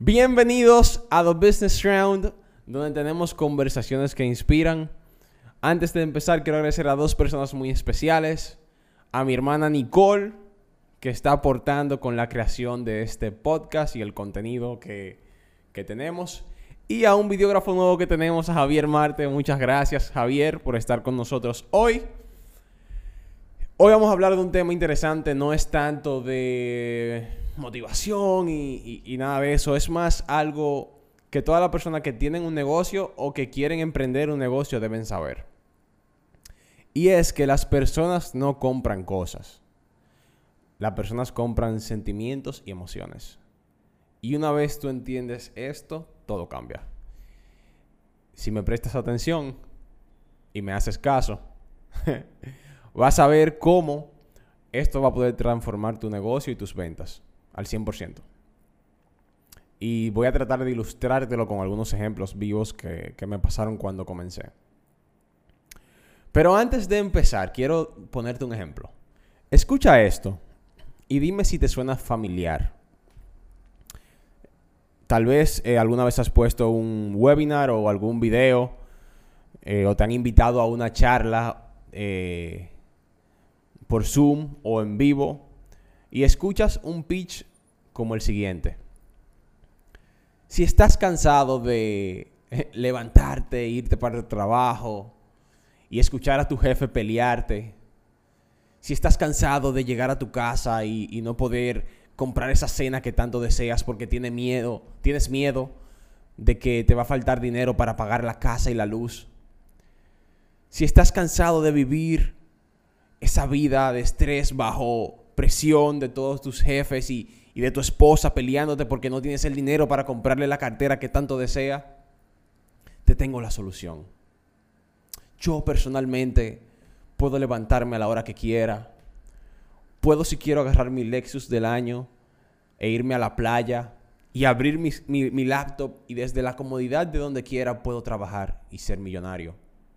Bienvenidos a The Business Round, donde tenemos conversaciones que inspiran. Antes de empezar, quiero agradecer a dos personas muy especiales. A mi hermana Nicole, que está aportando con la creación de este podcast y el contenido que tenemos. Y a un videógrafo nuevo que tenemos, a Javier Marte. Muchas gracias, Javier, por estar con nosotros hoy. Hoy vamos a hablar de un tema interesante. No es tanto de motivación y nada de eso. Es más algo que todas las personas que tienen un negocio o que quieren emprender un negocio deben saber. Y es que las personas no compran cosas. Las personas compran sentimientos y emociones. Y una vez tú entiendes esto, todo cambia. Si me prestas atención y me haces caso, vas a ver cómo esto va a poder transformar tu negocio y tus ventas al 100%. Y voy a tratar de ilustrártelo con algunos ejemplos vivos que me pasaron cuando comencé. Pero antes de empezar, quiero ponerte un ejemplo. Escucha esto y dime si te suena familiar. Tal vez alguna vez has puesto un webinar o algún video o te han invitado a una charla por Zoom o en vivo y escuchas un pitch como el siguiente. Si estás cansado de levantarte, irte para el trabajo y escuchar a tu jefe pelearte, si estás cansado de llegar a tu casa y no poder comprar esa cena que tanto deseas porque tienes miedo de que te va a faltar dinero para pagar la casa y la luz, si estás cansado de vivir esa vida de estrés bajo presión de todos tus jefes y de tu esposa peleándote porque no tienes el dinero para comprarle la cartera que tanto desea, te tengo la solución. Yo personalmente puedo levantarme a la hora que quiera. Puedo, si quiero, agarrar mi Lexus del año e irme a la playa y abrir mi laptop y desde la comodidad de donde quiera puedo trabajar y ser millonario.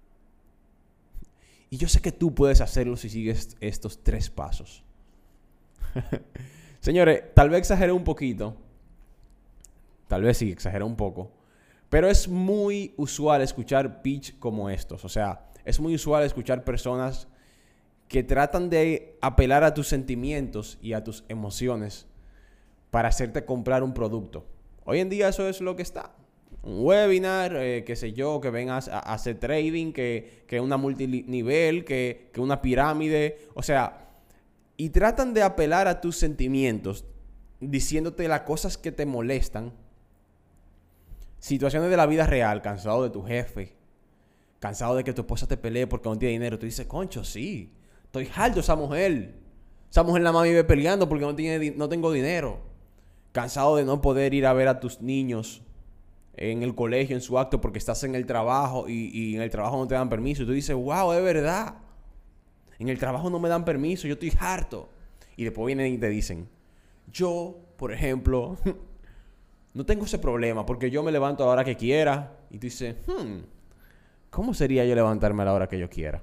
Y yo sé que tú puedes hacerlo si sigues estos 3 pasos. Señores, tal vez exageré un poquito. Tal vez sí, exageré un poco. Pero es muy usual escuchar pitch como estos. O sea, es muy usual escuchar personas que tratan de apelar a tus sentimientos y a tus emociones para hacerte comprar un producto. Hoy en día eso es lo que está. Un webinar, qué sé yo, que vengas a hacer trading, que una multinivel, que una pirámide. O sea, y tratan de apelar a tus sentimientos, diciéndote las cosas que te molestan. Situaciones de la vida real, cansado de tu jefe, cansado de que tu esposa te pelee porque no tiene dinero. Tú dices, concho, sí, estoy harto de esa mujer. Esa mujer nada más vive peleando porque no tengo dinero. Cansado de no poder ir a ver a tus niños en el colegio, en su acto, porque estás en el trabajo y en el trabajo no te dan permiso. Y tú dices, wow, es verdad. En el trabajo no me dan permiso, yo estoy harto. Y después vienen y te dicen, yo, por ejemplo, no tengo ese problema porque yo me levanto a la hora que quiera. Y tú dices, ¿cómo sería yo levantarme a la hora que yo quiera?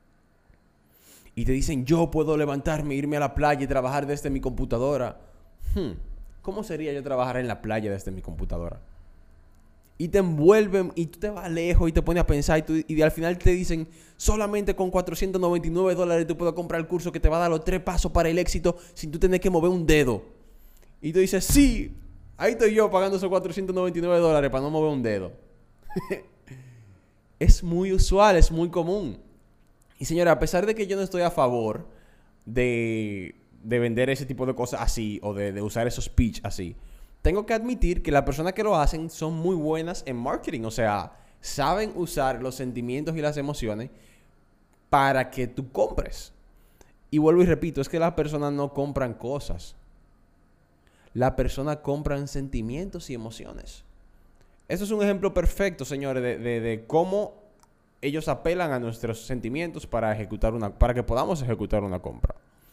Y te dicen, yo puedo levantarme, irme a la playa y trabajar desde mi computadora. ¿Cómo sería yo trabajar en la playa desde mi computadora? Y te envuelven y tú te vas lejos y te pones a pensar y al final te dicen, solamente con $499 tú puedes comprar el curso que te va a dar los 3 pasos para el éxito sin tú tener que mover un dedo. Y tú dices, sí, ahí estoy yo pagando esos $499 para no mover un dedo. Es muy usual, es muy común. Y señora, a pesar de que yo no estoy a favor de vender ese tipo de cosas así o de usar esos pitch así, tengo que admitir que las personas que lo hacen son muy buenas en marketing. O sea, saben usar los sentimientos y las emociones para que tú compres. Y vuelvo y repito, es que las personas no compran cosas. Las personas compran sentimientos y emociones. Eso es un ejemplo perfecto, señores, de cómo ellos apelan a nuestros sentimientos para que podamos ejecutar una compra.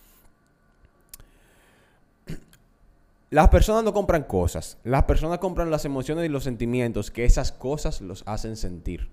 Las personas no compran cosas. Las personas compran las emociones y los sentimientos que esas cosas los hacen sentir.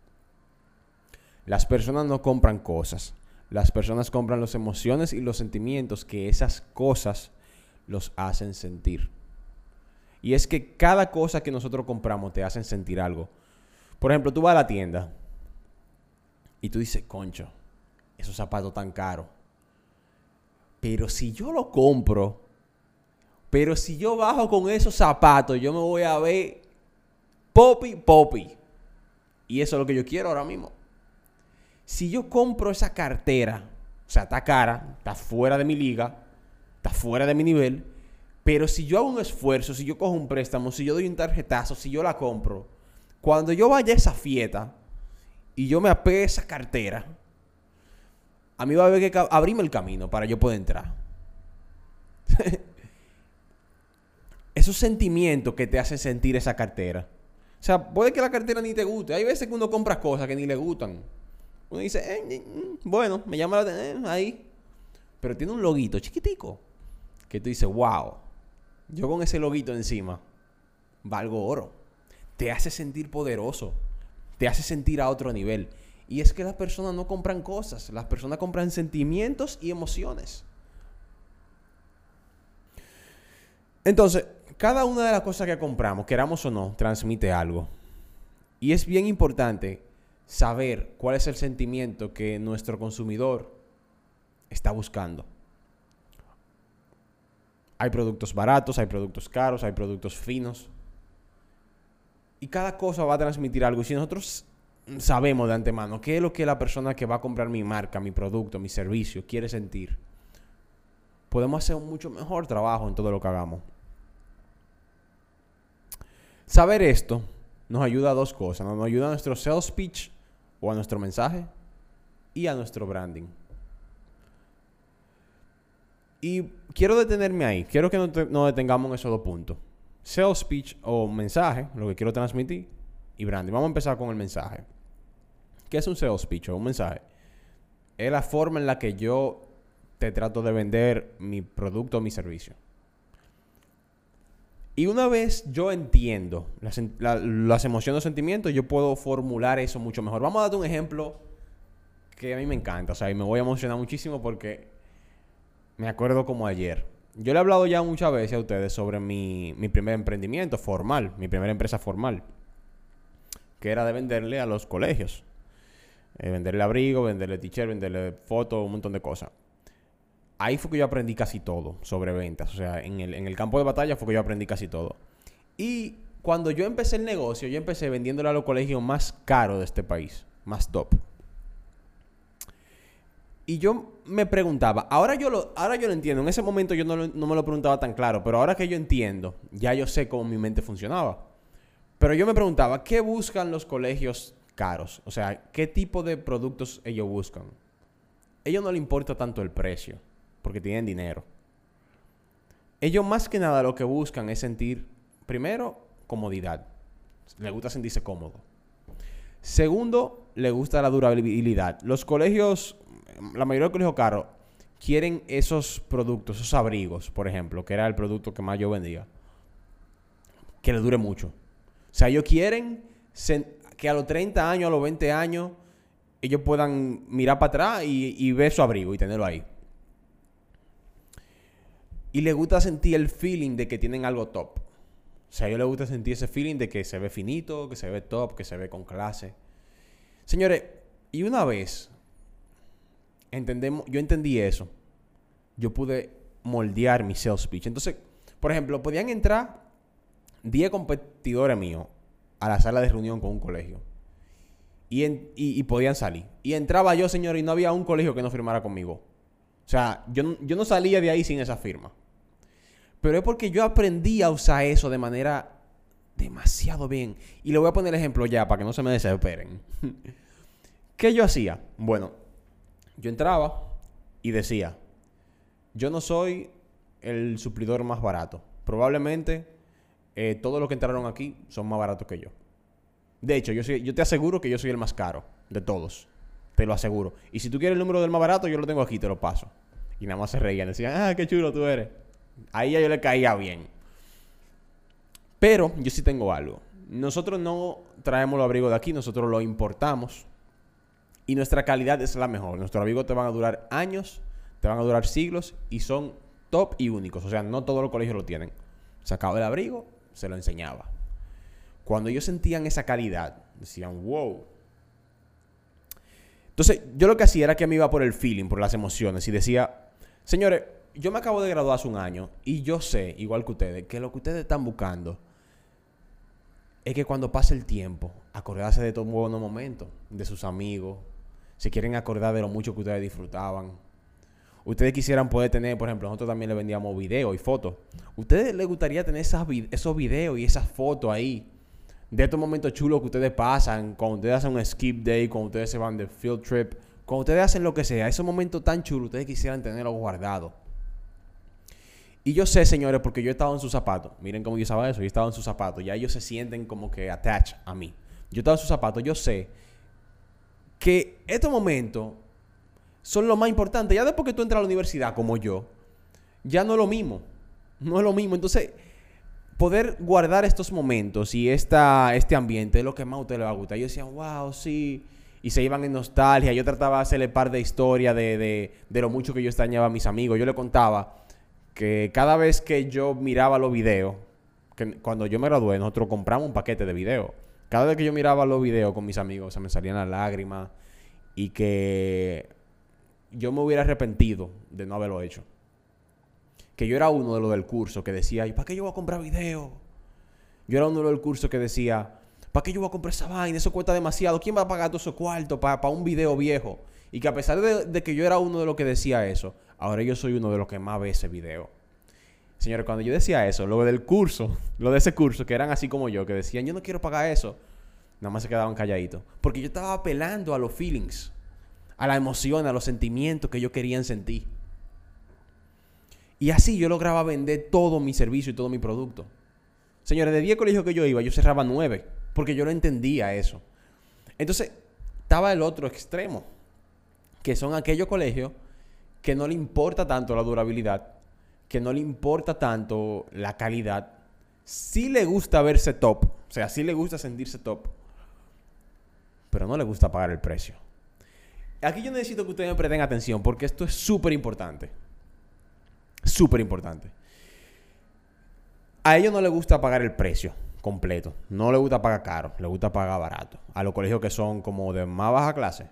Las personas no compran cosas. Las personas compran las emociones y los sentimientos que esas cosas los hacen sentir. Y es que cada cosa que nosotros compramos te hacen sentir algo. Por ejemplo, tú vas a la tienda y tú dices, concho, esos zapatos tan caros. Pero si yo lo compro, pero si yo bajo con esos zapatos, yo me voy a ver popi. Y eso es lo que yo quiero ahora mismo. Si yo compro esa cartera, o sea, está cara, está fuera de mi liga, está fuera de mi nivel, pero si yo hago un esfuerzo, si yo cojo un préstamo, si yo doy un tarjetazo, si yo la compro, cuando yo vaya a esa fiesta y yo me apegue a esa cartera, a mí va a haber que abrirme el camino para yo poder entrar. Esos sentimientos que te hacen sentir esa cartera. O sea, puede que la cartera ni te guste. Hay veces que uno compra cosas que ni le gustan. Uno dice, bueno, me llama la atención, ahí. Pero tiene un loguito chiquitico que tú dices, wow, yo con ese loguito encima valgo oro. Te hace sentir poderoso. Te hace sentir a otro nivel. Y es que las personas no compran cosas. Las personas compran sentimientos y emociones. Entonces, cada una de las cosas que compramos, queramos o no, transmite algo. Y es bien importante saber cuál es el sentimiento que nuestro consumidor está buscando. Hay productos baratos, hay productos caros, hay productos finos. Y cada cosa va a transmitir algo. Y si nosotros sabemos de antemano qué es lo que la persona que va a comprar mi marca, mi producto, mi servicio quiere sentir, podemos hacer un mucho mejor trabajo en todo lo que hagamos. Saber esto nos ayuda a dos cosas. Nos ayuda a nuestro sales pitch o a nuestro mensaje y a nuestro branding. Y quiero detenerme ahí. Quiero que nos detengamos en esos dos puntos. Sales pitch o mensaje, lo que quiero transmitir, y branding. Vamos a empezar con el mensaje. ¿Qué es un sales pitch o un mensaje? Es la forma en la que yo te trato de vender mi producto o mi servicio. Y una vez yo entiendo las emociones o sentimientos, yo puedo formular eso mucho mejor. Vamos a darte un ejemplo que a mí me encanta. O sea, y me voy a emocionar muchísimo porque me acuerdo como ayer. Yo le he hablado ya muchas veces a ustedes sobre mi primer emprendimiento formal, mi primera empresa formal, que era de venderle a los colegios. Venderle abrigo, venderle t-shirt, venderle fotos, un montón de cosas. Ahí fue que yo aprendí casi todo sobre ventas. O sea, en el campo de batalla fue que yo aprendí casi todo. Y cuando yo empecé el negocio, yo empecé vendiéndole a los colegios más caros de este país, más top. Y yo me preguntaba, ahora yo lo entiendo. En ese momento yo no me lo preguntaba tan claro, pero ahora que yo entiendo, ya yo sé cómo mi mente funcionaba. Pero yo me preguntaba, ¿qué buscan los colegios caros? O sea, ¿qué tipo de productos ellos buscan? A ellos no les importa tanto el precio, porque tienen dinero. Ellos más que nada lo que buscan es sentir, primero, comodidad. Les gusta sentirse cómodo. Segundo, les gusta la durabilidad. Los colegios, la mayoría de los colegios caros, quieren esos productos, esos abrigos, por ejemplo, que era el producto que más yo vendía, que les dure mucho. O sea, ellos quieren que a los 30 años, a los 20 años, ellos puedan mirar para atrás y ver su abrigo y tenerlo ahí. Y les gusta sentir el feeling de que tienen algo top. O sea, a ellos les gusta sentir ese feeling de que se ve finito, que se ve top, que se ve con clase. Señores, y una vez yo entendí eso, yo pude moldear mi sales pitch. Entonces, por ejemplo, podían entrar 10 competidores míos a la sala de reunión con un colegio. Y podían salir. Y entraba yo, señor, y no había un colegio que no firmara conmigo. O sea, yo no salía de ahí sin esa firma. Pero es porque yo aprendí a usar eso de manera demasiado bien. Y le voy a poner el ejemplo ya para que no se me desesperen. ¿Qué yo hacía? Bueno, yo entraba y decía, yo no soy el suplidor más barato. Probablemente todos los que entraron aquí son más baratos que yo. De hecho, yo te aseguro que yo soy el más caro de todos. Te lo aseguro. Y si tú quieres el número del más barato, yo lo tengo aquí, te lo paso. Y nada más se reían. Decían, qué chulo tú eres. Ahí ya yo le caía bien. Pero yo sí tengo algo. Nosotros no traemos los abrigos de aquí, nosotros los importamos. Y nuestra calidad es la mejor. Nuestros abrigos te van a durar años, te van a durar siglos y son top y únicos. O sea, no todos los colegios lo tienen. Se acaba el abrigo se lo enseñaba. Cuando ellos sentían esa calidad, decían, wow. Entonces, yo lo que hacía era que me iba por el feeling, por las emociones, y decía, señores, yo me acabo de graduar hace un año, y yo sé, igual que ustedes, que lo que ustedes están buscando es que cuando pase el tiempo, acordarse de todos los buenos momentos, de sus amigos, se quieren acordar de lo mucho que ustedes disfrutaban. Ustedes quisieran poder tener, por ejemplo, nosotros también le vendíamos videos y fotos. ¿Ustedes les gustaría tener esos videos y esas fotos ahí? De estos momentos chulos que ustedes pasan, cuando ustedes hacen un skip day, cuando ustedes se van de field trip, cuando ustedes hacen lo que sea, esos momentos tan chulos, ustedes quisieran tenerlos guardados. Y yo sé, señores, porque yo he estado en sus zapatos. Miren cómo yo sabía eso. Yo he estado en sus zapatos. Ya ellos se sienten como que attached a mí. Yo he estado en sus zapatos. Yo sé que estos momentos son lo más importante. Ya después que tú entras a la universidad, como yo, ya no es lo mismo. No es lo mismo. Entonces, poder guardar estos momentos y este ambiente es lo que más a usted le va a gustar. Yo decía, wow, sí. Y se iban en nostalgia. Yo trataba de hacerle par de historias de lo mucho que yo extrañaba a mis amigos. Yo le contaba que cada vez que yo miraba los videos, que cuando yo me gradué, nosotros compramos un paquete de videos. Cada vez que yo miraba los videos con mis amigos, se me salían las lágrimas y que yo me hubiera arrepentido de no haberlo hecho. Que yo era uno de los del curso que decía, ¿y para qué yo voy a comprar videos? Yo era uno de los del curso que decía, ¿para qué yo voy a comprar esa vaina? Eso cuesta demasiado. ¿Quién va a pagar todo ese cuarto para un video viejo? Y que a pesar de que yo era uno de los que decía eso, ahora yo soy uno de los que más ve ese video. Señores, cuando yo decía eso, lo del curso, lo de ese curso, que eran así como yo, que decían, yo no quiero pagar eso, nada más se quedaban calladitos. Porque yo estaba apelando a los feelings, a la emoción, a los sentimientos que ellos querían sentir. Y así yo lograba vender todo mi servicio y todo mi producto. Señores, de 10 colegios que yo iba, yo cerraba 9, porque yo no entendía eso. Entonces, estaba el otro extremo, que son aquellos colegios que no le importa tanto la durabilidad, que no le importa tanto la calidad. Sí le gusta verse top, o sea, sí le gusta sentirse top, pero no le gusta pagar el precio. Aquí yo necesito que ustedes me presten atención, porque esto es súper importante. Súper importante. A ellos no les gusta pagar el precio completo. No les gusta pagar caro, les gusta pagar barato. A los colegios que son como de más baja clase.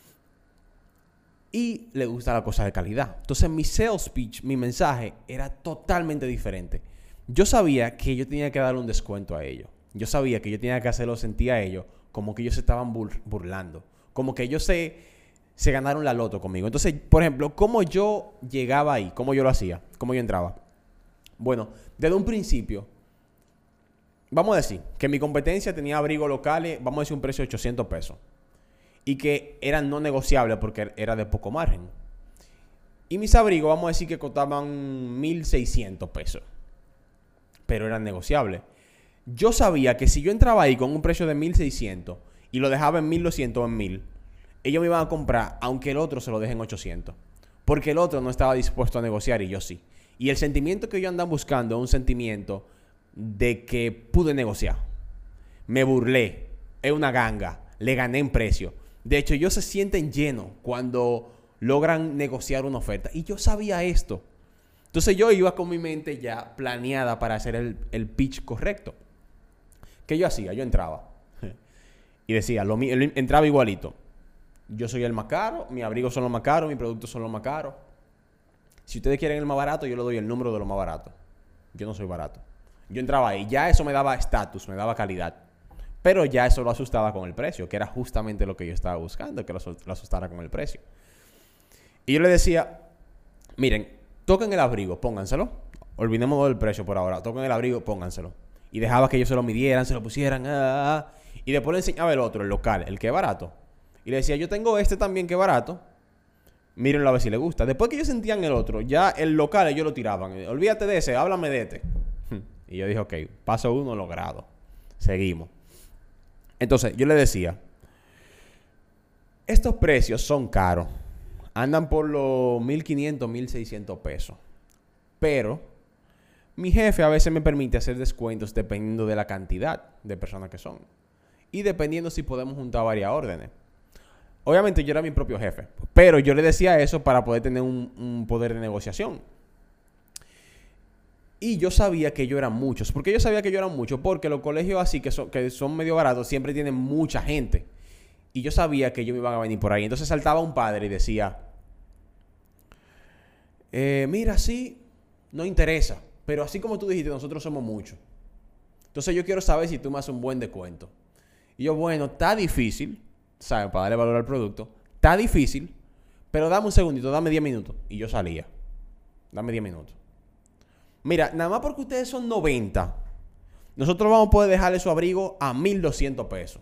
Y le gusta la cosa de calidad. Entonces mi sales speech, mi mensaje era totalmente diferente. Yo sabía que yo tenía que darle un descuento a ellos. Yo sabía que yo tenía que hacerlo sentir a ellos como que ellos se estaban burlando. Como que ellos se ganaron la loto conmigo. Entonces, por ejemplo, ¿cómo yo llegaba ahí? ¿Cómo yo lo hacía? ¿Cómo yo entraba? Bueno, desde un principio, vamos a decir que mi competencia tenía abrigos locales, vamos a decir un precio de 800 pesos. Y que eran no negociables porque era de poco margen. Y mis abrigos, vamos a decir que costaban 1,600 pesos. Pero eran negociables. Yo sabía que si yo entraba ahí con un precio de 1,600 y lo dejaba en 1,200 o en 1,000, ellos me iban a comprar aunque el otro se lo deje en 800. Porque el otro no estaba dispuesto a negociar y yo sí. Y el sentimiento que ellos andan buscando es un sentimiento de que pude negociar. Me burlé. Es una ganga. Le gané en precio. De hecho, ellos se sienten llenos cuando logran negociar una oferta. Y yo sabía esto. Entonces yo iba con mi mente ya planeada para hacer el pitch correcto. ¿Qué yo hacía? Yo entraba. Y decía, entraba igualito. Yo soy el más caro, mis abrigos son los más caros, mis productos son los más caros. Si ustedes quieren el más barato, yo le doy el número de lo más barato. Yo no soy barato. Yo entraba ahí. Ya eso me daba estatus, me daba calidad. Pero ya eso lo asustaba con el precio, que era justamente lo que yo estaba buscando, que lo asustara con el precio. Y yo le decía, miren, toquen el abrigo, pónganselo. Olvidemos del precio por ahora. Toquen el abrigo, pónganselo. Y dejaba que ellos se lo midieran, se lo pusieran. Y después le enseñaba el otro, el local, el que es barato. Y le decía, yo tengo este también que es barato. Mírenlo a ver si les gusta. Después que ellos sentían el otro, ya el local ellos lo tiraban. Olvídate de ese, háblame de este. Y yo dije, ok, paso 1 logrado. Seguimos. Entonces, yo le decía, estos precios son caros. Andan por los 1,500, 1,600 pesos. Pero mi jefe a veces me permite hacer descuentos dependiendo de la cantidad de personas que son. Y dependiendo si podemos juntar varias órdenes. Obviamente yo era mi propio jefe. Pero yo le decía eso para poder tener un poder de negociación. Y yo sabía que ellos eran muchos. ¿Por qué yo sabía que ellos eran muchos? Porque los colegios así, que son medio baratos, siempre tienen mucha gente. Y yo sabía que ellos me iban a venir por ahí. Entonces saltaba un padre y decía, mira, sí, no interesa. Pero así como tú dijiste, nosotros somos muchos. Entonces yo quiero saber si tú me haces un buen descuento. Y yo, bueno, está difícil, ¿sabes? Para darle valor al producto. Está difícil, pero dame un segundito, dame 10 minutos. Y yo salía. Dame 10 minutos. Mira, nada más porque ustedes son 90, nosotros vamos a poder dejarle su abrigo a 1,200 pesos.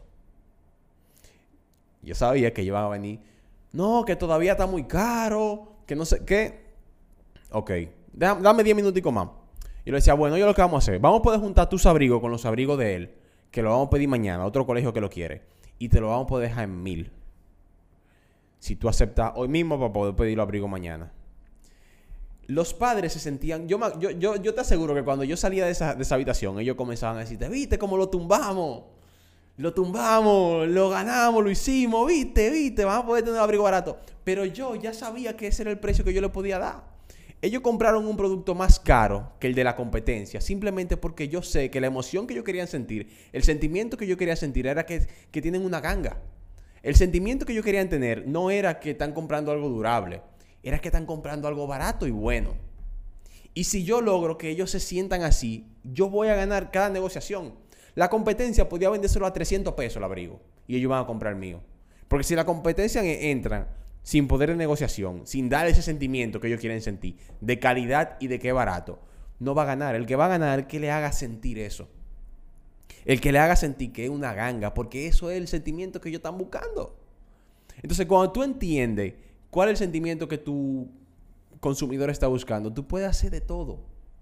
Yo sabía que iban a venir. No, que todavía está muy caro, que no sé qué. Ok, dame 10 minuticos más. Y le decía, bueno, yo lo que vamos a hacer, vamos a poder juntar tus abrigos con los abrigos de él, que lo vamos a pedir mañana a otro colegio que lo quiere, y te lo vamos a poder dejar en 1,000. Si tú aceptas hoy mismo para poder pedir los abrigos mañana. Los padres se sentían... Yo te aseguro que cuando yo salía de esa habitación, ellos comenzaban a decirte, ¿viste cómo lo tumbamos? Lo tumbamos, lo ganamos, lo hicimos, ¿viste? Vamos a poder tener un abrigo barato. Pero yo ya sabía que ese era el precio que yo le podía dar. Ellos compraron un producto más caro que el de la competencia, simplemente porque yo sé que la emoción que ellos querían sentir, el sentimiento que yo quería sentir era que tienen una ganga. El sentimiento que ellos querían tener no era que están comprando algo durable, era que están comprando algo barato y bueno. Y si yo logro que ellos se sientan así, yo voy a ganar cada negociación. La competencia podía vendérselo a 300 pesos el abrigo y ellos van a comprar el mío. Porque si la competencia entra sin poder de negociación, sin dar ese sentimiento que ellos quieren sentir, de calidad y de que es barato, no va a ganar. El que va a ganar es el que le haga sentir eso. El que le haga sentir que es una ganga, porque eso es el sentimiento que ellos están buscando. Entonces, cuando tú entiendes cuál es el sentimiento que tu consumidor está buscando, tú puedes hacer de todo.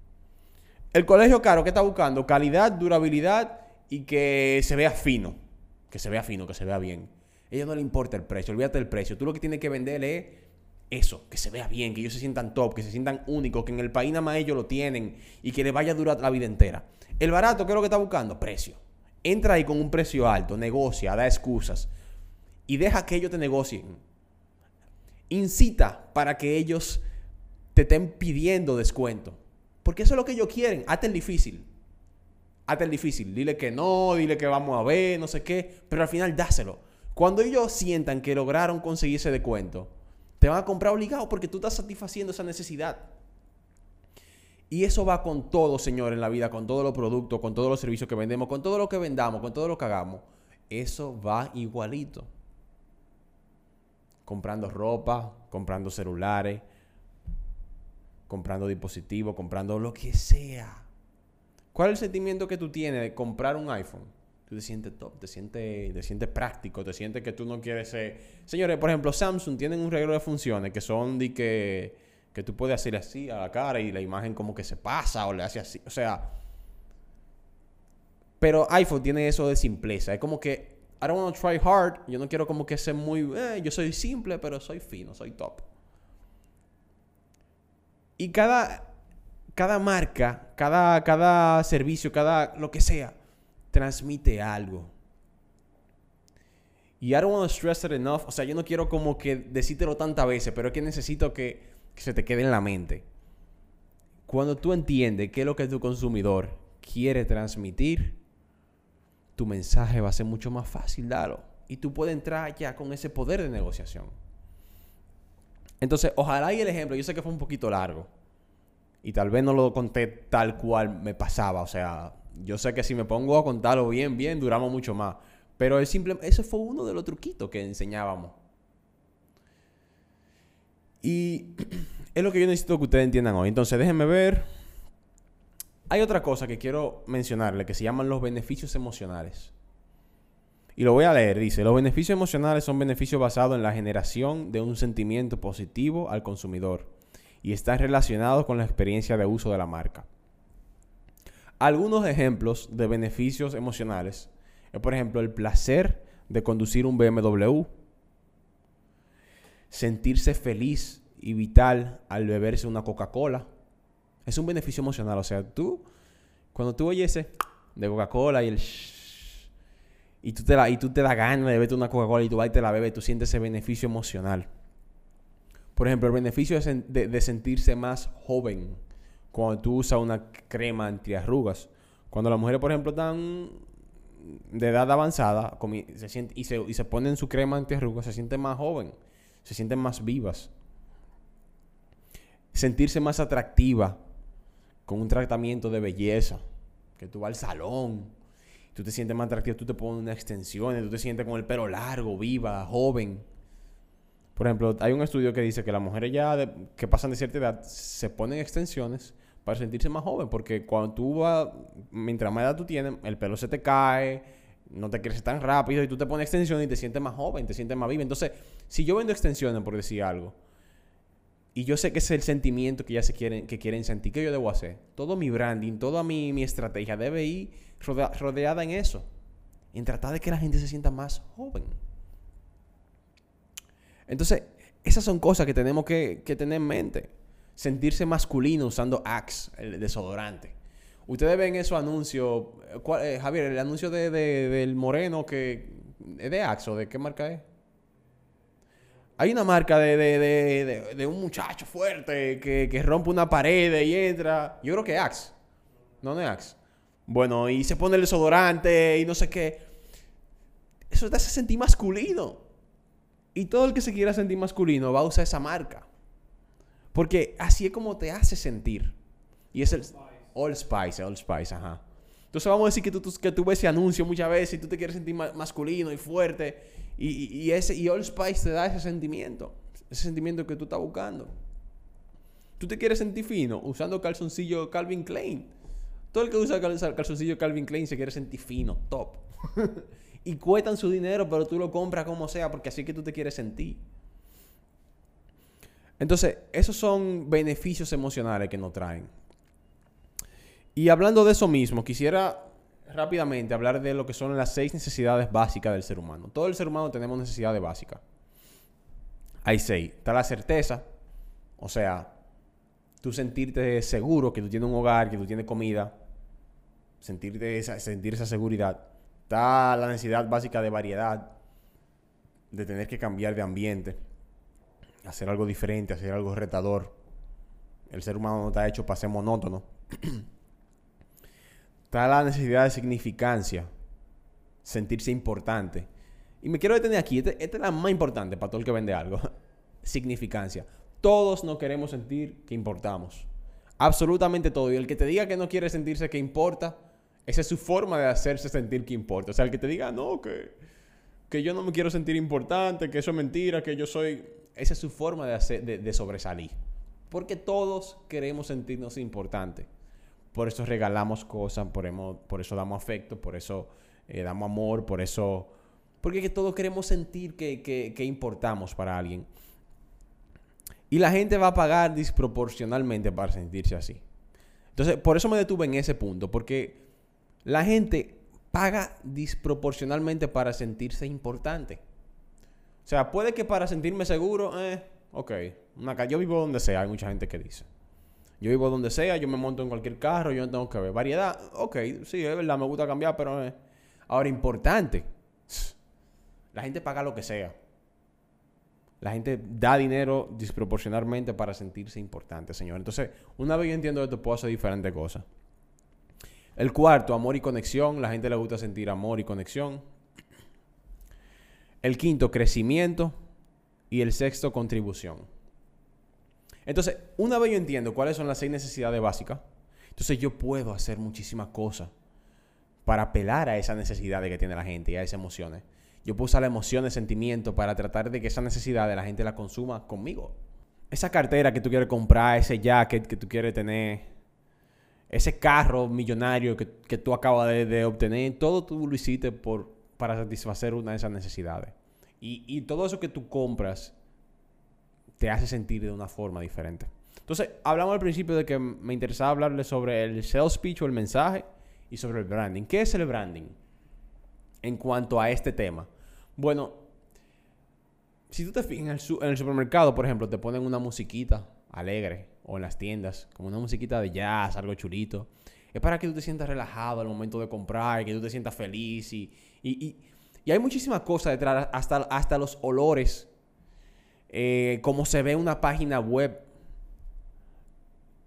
El colegio caro, ¿qué está buscando? Calidad, durabilidad y que se vea fino. Que se vea fino, que se vea bien. A ellos no les importa el precio, olvídate del precio. Tú lo que tienes que venderle es eso, que se vea bien, que ellos se sientan top, que se sientan únicos, que en el país nada más ellos lo tienen y que les vaya a durar la vida entera. El barato, ¿qué es lo que está buscando? Precio. Entra ahí con un precio alto, negocia, da excusas y deja que ellos te negocien. Incita para que ellos te estén pidiendo descuento. Porque eso es lo que ellos quieren. Hazte el difícil. Hazte el difícil. Dile que no, dile que vamos a ver, no sé qué. Pero al final dáselo. Cuando ellos sientan que lograron conseguir ese descuento, te van a comprar obligado porque tú estás satisfaciendo esa necesidad. Y eso va con todo, señor, en la vida, con todos los productos, con todos los servicios que vendemos, con todo lo que vendamos, con todo lo que hagamos. Eso va igualito. Comprando ropa, comprando celulares, comprando dispositivos, comprando lo que sea. ¿Cuál es el sentimiento que tú tienes de comprar un iPhone? Tú te sientes top, te sientes práctico, te sientes que tú no quieres ser... Señores, por ejemplo, Samsung tienen un regalo de funciones que son de que tú puedes hacer así a la cara y la imagen como que se pasa o le hace así. O sea... Pero iPhone tiene eso de simpleza. Es como que I don't want to try hard. Yo no quiero como que ser muy... yo soy simple, pero soy fino, soy top. Y cada marca, cada servicio, cada lo que sea, transmite algo. Y I don't want to stress it enough. O sea, yo no quiero como que decírtelo tantas veces, pero es que necesito que se te quede en la mente. Cuando tú entiendes qué es lo que tu consumidor quiere transmitir, tu mensaje va a ser mucho más fácil darlo. Y tú puedes entrar ya con ese poder de negociación. Entonces, ojalá y el ejemplo, yo sé que fue un poquito largo. Y tal vez no lo conté tal cual me pasaba. O sea, yo sé que si me pongo a contarlo bien, duramos mucho más. Pero ese fue uno de los truquitos que enseñábamos. Y es lo que yo necesito que ustedes entiendan hoy. Entonces, déjenme ver. Hay otra cosa que quiero mencionarle que se llaman los beneficios emocionales. Y lo voy a leer. Dice, los beneficios emocionales son beneficios basados en la generación de un sentimiento positivo al consumidor y están relacionados con la experiencia de uso de la marca. Algunos ejemplos de beneficios emocionales es, por ejemplo, el placer de conducir un BMW, sentirse feliz y vital al beberse una Coca-Cola. Es un beneficio emocional. O sea, cuando tú oyes ese de Coca-Cola y tú te da ganas de beberte una Coca-Cola y tú vas y te la bebes, tú sientes ese beneficio emocional. Por ejemplo, el beneficio de sentirse más joven cuando tú usas una crema antiarrugas. Cuando las mujeres, por ejemplo, están de edad avanzada y se ponen su crema antiarrugas, se sienten más jóvenes, se sienten más vivas. Sentirse más atractiva con un tratamiento de belleza. Que tú vas al salón, tú te sientes más atractiva, tú te pones unas extensiones, tú te sientes con el pelo largo, viva, joven. Por ejemplo, hay un estudio que dice que las mujeres que pasan de cierta edad se ponen extensiones para sentirse más joven, porque cuando tú vas, mientras más edad tú tienes, el pelo se te cae, no te crece tan rápido y tú te pones extensiones y te sientes más joven, te sientes más viva. Entonces, si yo vendo extensiones, por decir algo, y yo sé que es el sentimiento que quieren sentir, ¿qué yo debo hacer? Todo mi branding, toda mi estrategia debe ir rodeada en eso, en tratar de que la gente se sienta más joven. Entonces, esas son cosas que tenemos que tener en mente. Sentirse masculino usando Axe, el desodorante. Ustedes ven esos anuncios. Javier, el anuncio del moreno que es de Axe, ¿o de qué marca es? Hay una marca de un muchacho fuerte que rompe una pared y entra. Yo creo que es Axe. No es Axe. Bueno, y se pone el desodorante y no sé qué. Eso te hace sentir masculino. Y todo el que se quiera sentir masculino va a usar esa marca. Porque así es como te hace sentir. Y es el Old Spice, ajá. Entonces vamos a decir que tú ves ese anuncio muchas veces y tú te quieres sentir masculino y fuerte. Y Old Spice te da ese sentimiento que tú estás buscando. Tú te quieres sentir fino usando calzoncillo Calvin Klein. Todo el que usa calzoncillo Calvin Klein se quiere sentir fino, top. Y cuestan su dinero, pero tú lo compras como sea, porque así es que tú te quieres sentir. Entonces, esos son beneficios emocionales que nos traen. Y hablando de eso mismo, quisiera rápidamente hablar de lo que son las 6 necesidades básicas del ser humano. Todo el ser humano tenemos necesidades básicas. Hay 6. Está la certeza, o sea, tú sentirte seguro que tú tienes un hogar, que tú tienes comida, sentir esa seguridad. Está la necesidad básica de variedad, de tener que cambiar de ambiente, hacer algo diferente, hacer algo retador. El ser humano no está hecho para ser monótono. Está la necesidad de significancia, sentirse importante. Y me quiero detener aquí. Esta es la más importante para todo el que vende algo. Significancia. Todos nos queremos sentir que importamos. Absolutamente todo. Y el que te diga que no quiere sentirse que importa, esa es su forma de hacerse sentir que importa. O sea, el que te diga, no, que yo no me quiero sentir importante, que eso es mentira, que yo soy... Esa es su forma de sobresalir. Porque todos queremos sentirnos importantes. Por eso regalamos cosas, por eso damos afecto, por eso damos amor, porque todos queremos sentir que importamos para alguien. Y la gente va a pagar desproporcionalmente para sentirse así. Entonces, por eso me detuve en ese punto, porque la gente paga desproporcionalmente para sentirse importante. O sea, puede que para sentirme seguro, ok, yo vivo donde sea, hay mucha gente que dice. Yo vivo donde sea, yo me monto en cualquier carro, yo no tengo que ver. Variedad, ok, sí, es verdad, me gusta cambiar, pero... Ahora, importante. La gente paga lo que sea. La gente da dinero desproporcionalmente para sentirse importante, señor. Entonces, una vez yo entiendo esto, puedo hacer diferentes cosas. El cuarto, amor y conexión. La gente le gusta sentir amor y conexión. El quinto, crecimiento. Y el sexto, contribución. Entonces, una vez yo entiendo cuáles son las 6 necesidades básicas, entonces yo puedo hacer muchísimas cosas para apelar a esas necesidades que tiene la gente y a esas emociones. Yo puedo usar las emociones, sentimientos para tratar de que esa necesidad de la gente la consuma conmigo. Esa cartera que tú quieres comprar, ese jacket que tú quieres tener, ese carro millonario que tú acabas de obtener, todo tú lo hiciste para satisfacer una de esas necesidades. Y todo eso que tú compras te hace sentir de una forma diferente. Entonces, hablamos al principio de que me interesaba hablarles sobre el sales pitch o el mensaje y sobre el branding. ¿Qué es el branding en cuanto a este tema? Bueno, si tú te fijas en el supermercado, por ejemplo, te ponen una musiquita alegre, o en las tiendas, como una musiquita de jazz, algo chulito. Es para que tú te sientas relajado al momento de comprar, que tú te sientas feliz. Y hay muchísimas cosas detrás, hasta los olores. Como se ve en una página web.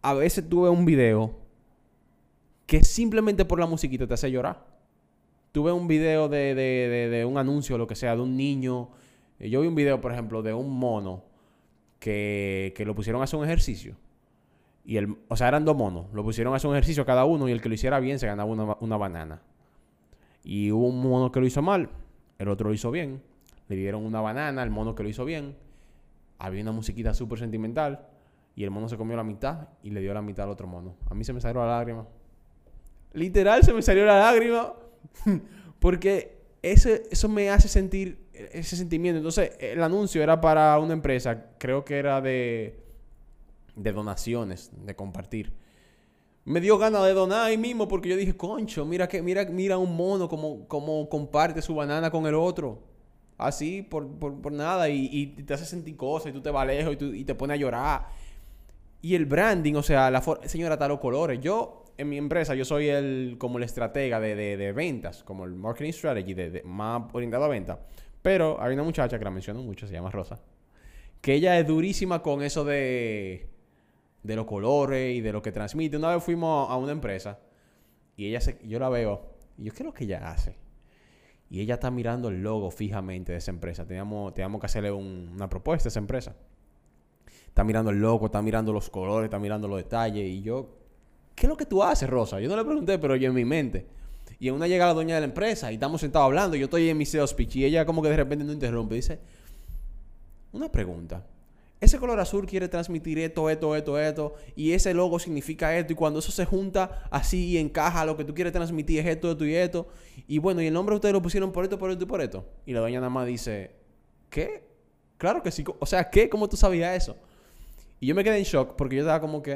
a veces tú ves un video que simplemente por la musiquita te hace llorar. Tú ves un video de un anuncio, lo que sea, de un niño. Yo vi un video, por ejemplo, de un mono que lo pusieron a hacer un ejercicio. O sea, eran dos monos. Lo pusieron a hacer un ejercicio cada uno y el que lo hiciera bien se ganaba una banana. Y hubo un mono que lo hizo mal, el otro lo hizo bien. Le dieron una banana al mono que lo hizo bien. Había una musiquita súper sentimental y el mono se comió la mitad y le dio la mitad al otro mono. A mí se me salió la lágrima. Literal se me salió la lágrima porque eso me hace sentir ese sentimiento. Entonces, el anuncio era para una empresa, creo que era de donaciones, de compartir. Me dio ganas de donar ahí mismo porque yo dije, concho, mira un mono como comparte su banana con el otro. Así, por nada. Y te hace sentir cosas y tú te vas lejos y te pones a llorar. Y el branding, o sea, señora, está los colores. Yo, en mi empresa, yo soy como el estratega de ventas, como el marketing strategy, más orientado a venta. Pero hay una muchacha que la menciono mucho, se llama Rosa, que ella es durísima con eso de los colores y de lo que transmite. Una vez fuimos a una empresa y yo la veo y yo, ¿qué es lo que ella hace? Y ella está mirando el logo fijamente de esa empresa. Teníamos que hacerle una propuesta a esa empresa. Está mirando el logo, está mirando los colores, está mirando los detalles. Y yo, ¿qué es lo que tú haces, Rosa? Yo no le pregunté, pero yo en mi mente. Y en una llega la dueña de la empresa y estamos sentados hablando. Yo estoy en mi sales pitch y ella como que de repente no interrumpe. Dice, una pregunta. Ese color azul quiere transmitir esto. Y ese logo significa esto. Y cuando eso se junta así y encaja, lo que tú quieres transmitir es esto y esto. Y bueno, y el nombre ustedes lo pusieron por esto y por esto. Y la doña nada más dice, ¿qué? Claro que sí. O sea, ¿qué? ¿Cómo tú sabías eso? Y yo me quedé en shock porque yo estaba como que,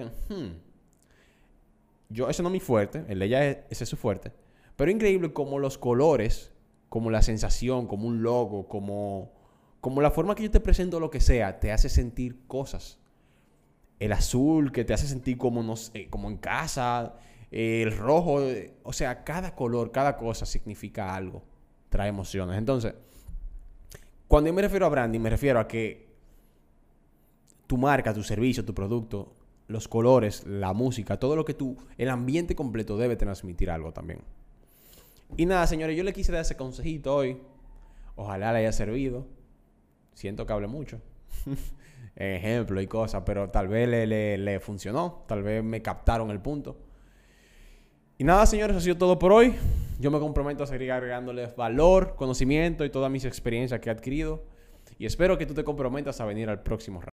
eso no es mi fuerte. El de ella ese es su fuerte. Pero es increíble como los colores, como la sensación, como un logo, como la forma que yo te presento lo que sea, te hace sentir cosas. El azul que te hace sentir como, no sé, como en casa. El rojo. O sea, cada color, cada cosa significa algo. Trae emociones. Entonces, cuando yo me refiero a branding, me refiero a que tu marca, tu servicio, tu producto, los colores, la música, todo lo que el ambiente completo debe transmitir algo también. Y nada, señores, yo le quise dar ese consejito hoy. Ojalá le haya servido. Siento que hablé mucho. Ejemplo y cosas, pero tal vez le funcionó. Tal vez me captaron el punto. Y nada, señores, eso ha sido todo por hoy. Yo me comprometo a seguir agregándoles valor, conocimiento y todas mis experiencias que he adquirido. Y espero que tú te comprometas a venir al próximo round.